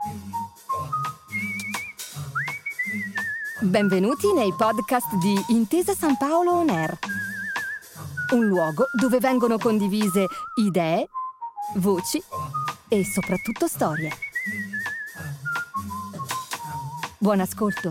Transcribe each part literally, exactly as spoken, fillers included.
Benvenuti nei podcast di Intesa San Paolo On Air, un luogo dove vengono condivise idee, voci e soprattutto storie. Buon ascolto.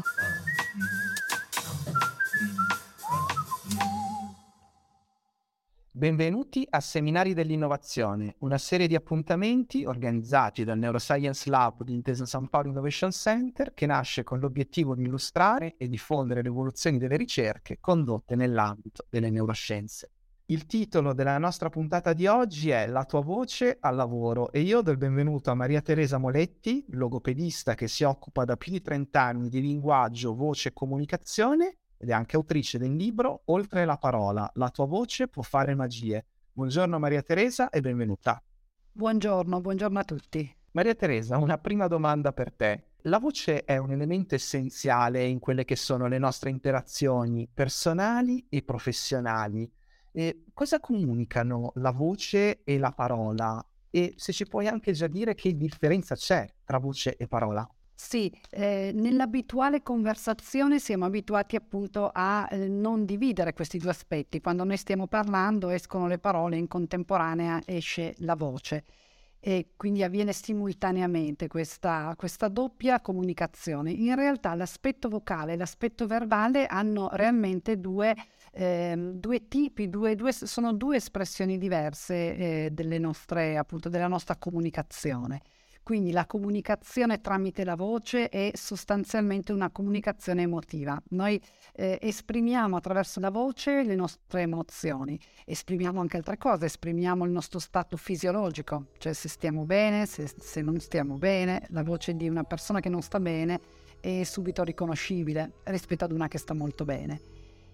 Benvenuti a Seminari dell'Innovazione, una serie di appuntamenti organizzati dal Neuroscience Lab di Intesa San Paolo Innovation Center, che nasce con l'obiettivo di illustrare e diffondere le evoluzioni delle ricerche condotte nell'ambito delle neuroscienze. Il titolo della nostra puntata di oggi è La tua voce al lavoro e io do il benvenuto a Maria Teresa Moletti, logopedista che si occupa da più di trenta anni di linguaggio, voce e comunicazione ed è anche autrice del libro Oltre la parola, la tua voce può fare magie. Buongiorno Maria Teresa e benvenuta. Buongiorno, buongiorno a tutti. Maria Teresa, una prima domanda per te. La voce è un elemento essenziale in quelle che sono le nostre interazioni personali e professionali. E cosa comunicano la voce e la parola? E se ci puoi anche già dire che differenza c'è tra voce e parola? Sì, eh, nell'abituale conversazione siamo abituati appunto a eh, non dividere questi due aspetti. Quando noi stiamo parlando escono le parole, in contemporanea esce la voce e quindi avviene simultaneamente questa, questa doppia comunicazione. In realtà l'aspetto vocale e l'aspetto verbale hanno realmente due, eh, due tipi, due, due, sono due espressioni diverse eh, delle nostre, appunto, della nostra comunicazione. Quindi la comunicazione tramite la voce è sostanzialmente una comunicazione emotiva. Noi eh, esprimiamo attraverso la voce le nostre emozioni, esprimiamo anche altre cose, esprimiamo il nostro stato fisiologico, cioè se stiamo bene, se, se non stiamo bene. La voce di una persona che non sta bene è subito riconoscibile rispetto ad una che sta molto bene.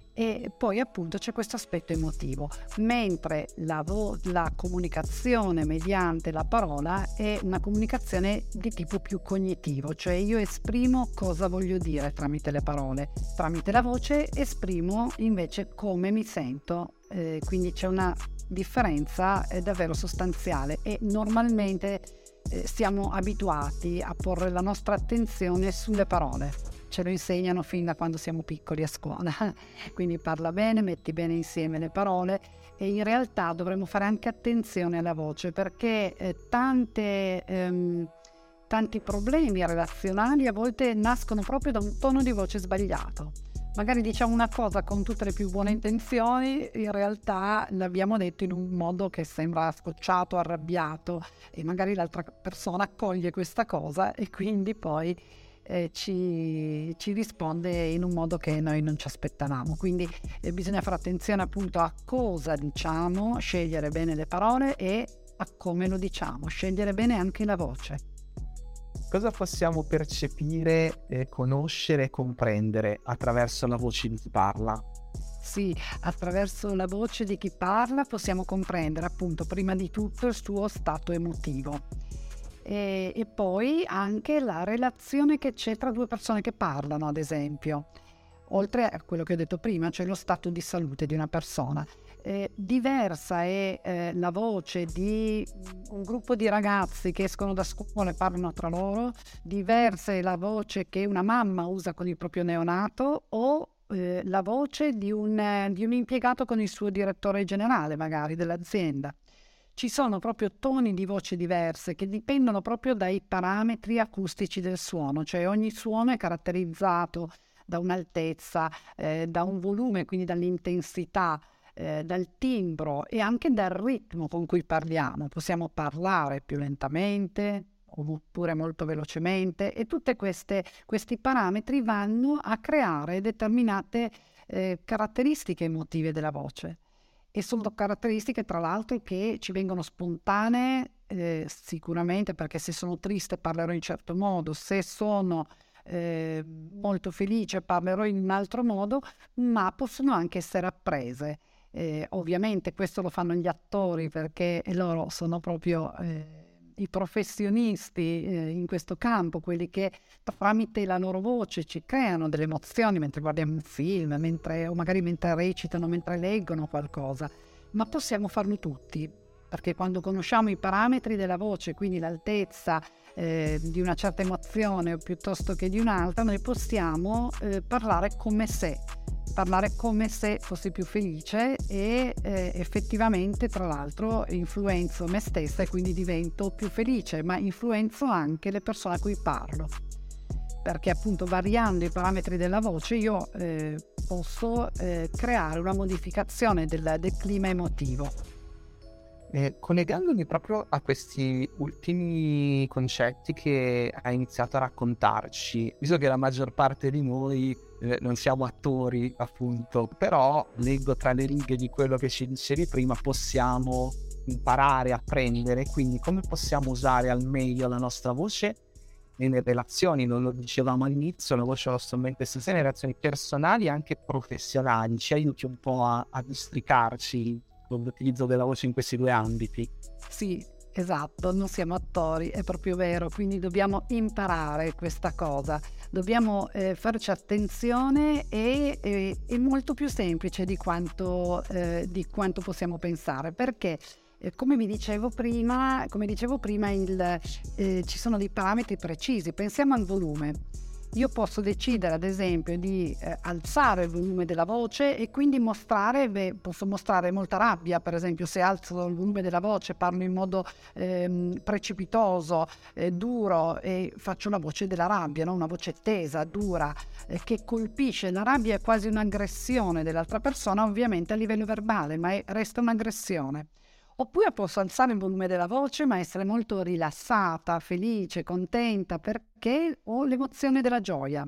E poi appunto c'è questo aspetto emotivo, mentre la, vo- la comunicazione mediante la parola è una comunicazione di tipo più cognitivo, cioè io esprimo cosa voglio dire tramite le parole, tramite la voce esprimo invece come mi sento, eh, quindi c'è una differenza eh, davvero sostanziale e normalmente eh, siamo abituati a porre la nostra attenzione sulle parole. Ce lo insegnano fin da quando siamo piccoli a scuola, quindi parla bene, metti bene insieme le parole e in realtà dovremmo fare anche attenzione alla voce perché eh, tante, ehm, tanti problemi relazionali a volte nascono proprio da un tono di voce sbagliato. Magari diciamo una cosa con tutte le più buone intenzioni, in realtà l'abbiamo detto in un modo che sembra scocciato, arrabbiato e magari l'altra persona accoglie questa cosa e quindi poi Eh, ci, ci risponde in un modo che noi non ci aspettavamo. Quindi eh, bisogna fare attenzione appunto a cosa diciamo, scegliere bene le parole e a come lo diciamo, scegliere bene anche la voce. Cosa possiamo percepire, eh, conoscere e comprendere attraverso la voce di chi parla? Sì, attraverso la voce di chi parla possiamo comprendere appunto prima di tutto il suo stato emotivo. E, e poi anche la relazione che c'è tra due persone che parlano, ad esempio, oltre a quello che ho detto prima, cioè lo stato di salute di una persona. Eh, diversa è eh, la voce di un gruppo di ragazzi che escono da scuola e parlano tra loro, diversa è la voce che una mamma usa con il proprio neonato o eh, la voce di un, eh, di un impiegato con il suo direttore generale, magari, dell'azienda. Ci sono proprio toni di voce diverse che dipendono proprio dai parametri acustici del suono, cioè ogni suono è caratterizzato da un'altezza, eh, da un volume, quindi dall'intensità, eh, dal timbro e anche dal ritmo con cui parliamo. Possiamo parlare più lentamente oppure molto velocemente e tutti questi parametri vanno a creare determinate eh, caratteristiche emotive della voce. E sono caratteristiche tra l'altro che ci vengono spontanee eh, sicuramente, perché se sono triste parlerò in certo modo, se sono eh, molto felice parlerò in un altro modo, ma possono anche essere apprese. Eh, ovviamente questo lo fanno gli attori perché loro sono proprio eh, i professionisti eh, in questo campo, quelli che tramite la loro voce ci creano delle emozioni mentre guardiamo un film, mentre, o magari mentre recitano, mentre leggono qualcosa, ma possiamo farlo tutti, perché quando conosciamo i parametri della voce, quindi l'altezza, eh, di una certa emozione o piuttosto che di un'altra, noi possiamo eh, parlare come se parlare come se fossi più felice e eh, effettivamente, tra l'altro, influenzo me stessa e quindi divento più felice, ma influenzo anche le persone a cui parlo, perché appunto variando i parametri della voce io eh, posso eh, creare una modificazione del, del clima emotivo. Eh, collegandomi proprio a questi ultimi concetti che hai iniziato a raccontarci, visto che la maggior parte di noi eh, non siamo attori, appunto, però leggo tra le righe di quello che ci dicevi prima, possiamo imparare, apprendere, quindi come possiamo usare al meglio la nostra voce nelle relazioni, non lo dicevamo all'inizio, la voce è uno strumento essenziale nelle relazioni personali e anche professionali, ci aiuti un po' a, a districarci l'utilizzo della voce in questi due ambiti. Sì, esatto, non siamo attori, è proprio vero, quindi dobbiamo imparare questa cosa, dobbiamo eh, farci attenzione e è molto più semplice di quanto, eh, di quanto possiamo pensare, perché eh, come vi dicevo prima, come dicevo prima il, eh, ci sono dei parametri precisi, pensiamo al volume. Io posso decidere ad esempio di eh, alzare il volume della voce e quindi mostrare, beh, posso mostrare molta rabbia, per esempio se alzo il volume della voce, parlo in modo ehm, precipitoso, eh, duro e faccio la voce della rabbia, no? Una voce tesa, dura, eh, che colpisce. La rabbia è quasi un'aggressione dell'altra persona, ovviamente a livello verbale, ma è, resta un'aggressione. Oppure posso alzare il volume della voce ma essere molto rilassata, felice, contenta perché ho l'emozione della gioia.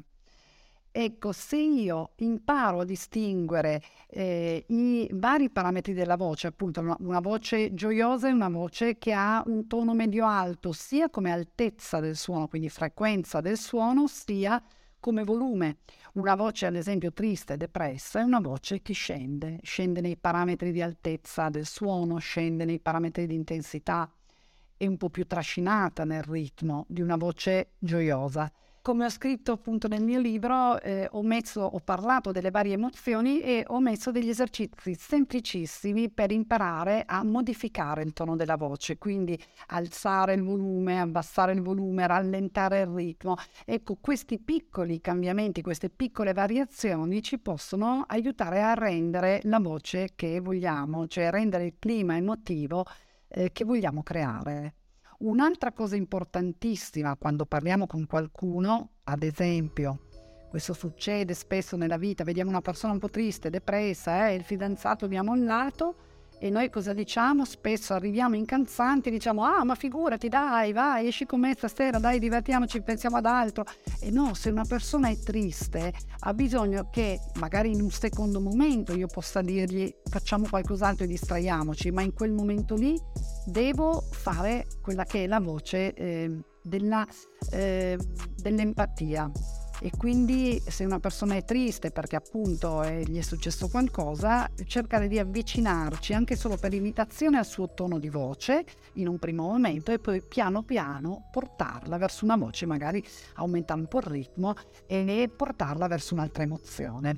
Ecco, se io imparo a distinguere eh, i vari parametri della voce, appunto una, una voce gioiosa è una voce che ha un tono medio-alto, sia come altezza del suono, quindi frequenza del suono, sia come volume. Una voce ad esempio triste e depressa è una voce che scende, scende nei parametri di altezza del suono, scende nei parametri di intensità, è un po' più trascinata nel ritmo di una voce gioiosa. Come ho scritto appunto nel mio libro, eh, ho messo, ho parlato delle varie emozioni e ho messo degli esercizi semplicissimi per imparare a modificare il tono della voce, quindi alzare il volume, abbassare il volume, rallentare il ritmo. Ecco, questi piccoli cambiamenti, queste piccole variazioni ci possono aiutare a rendere la voce che vogliamo, cioè rendere il clima emotivo eh, che vogliamo creare. Un'altra cosa importantissima quando parliamo con qualcuno, ad esempio, questo succede spesso nella vita, vediamo una persona un po' triste, depressa, eh, il fidanzato vi ha mollato e noi cosa diciamo? Spesso arriviamo incalzanti e diciamo ah ma figurati dai, vai, esci con me stasera, dai divertiamoci, pensiamo ad altro. E no, se una persona è triste ha bisogno che magari in un secondo momento io possa dirgli facciamo qualcos'altro e distraiamoci, ma in quel momento lì devo fare quella che è la voce eh, della, eh, dell'empatia. E quindi se una persona è triste perché appunto eh, gli è successo qualcosa, cercare di avvicinarci anche solo per imitazione al suo tono di voce in un primo momento e poi piano piano portarla verso una voce, magari aumentare un po' il ritmo e portarla verso un'altra emozione.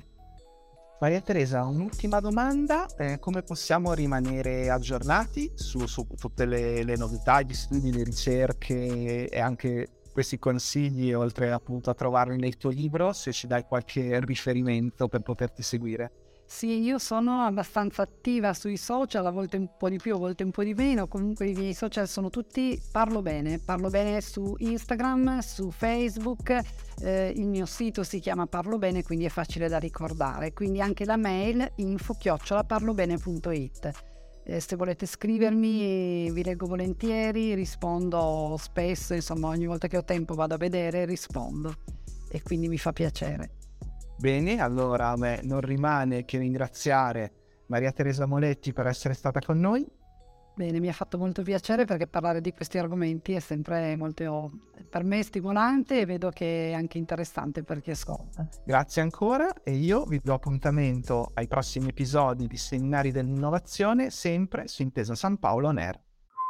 Maria Teresa, un'ultima domanda, eh, come possiamo rimanere aggiornati su, su tutte le, le novità, gli studi, le ricerche e anche questi consigli, oltre appunto a trovarli nel tuo libro, se ci dai qualche riferimento per poterti seguire? Sì, io sono abbastanza attiva sui social, a volte un po' di più, a volte un po' di meno, comunque i miei social sono tutti Parlo Bene, Parlo Bene su Instagram, su Facebook, eh, il mio sito si chiama Parlo Bene, quindi è facile da ricordare, quindi anche la mail info chiocciola parlobene punto it. Eh, se volete scrivermi vi leggo volentieri, rispondo spesso, insomma ogni volta che ho tempo vado a vedere e rispondo e quindi mi fa piacere. Bene, allora a me non rimane che ringraziare Maria Teresa Moletti per essere stata con noi. Bene, mi ha fatto molto piacere perché parlare di questi argomenti è sempre molto, per me, stimolante e vedo che è anche interessante per chi ascolta. Grazie ancora e io vi do appuntamento ai prossimi episodi di Seminari dell'Innovazione, sempre su Intesa San Paolo On Air.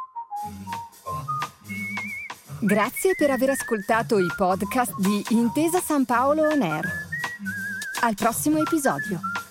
Grazie per aver ascoltato i podcast di Intesa San Paolo On Air. Al prossimo episodio.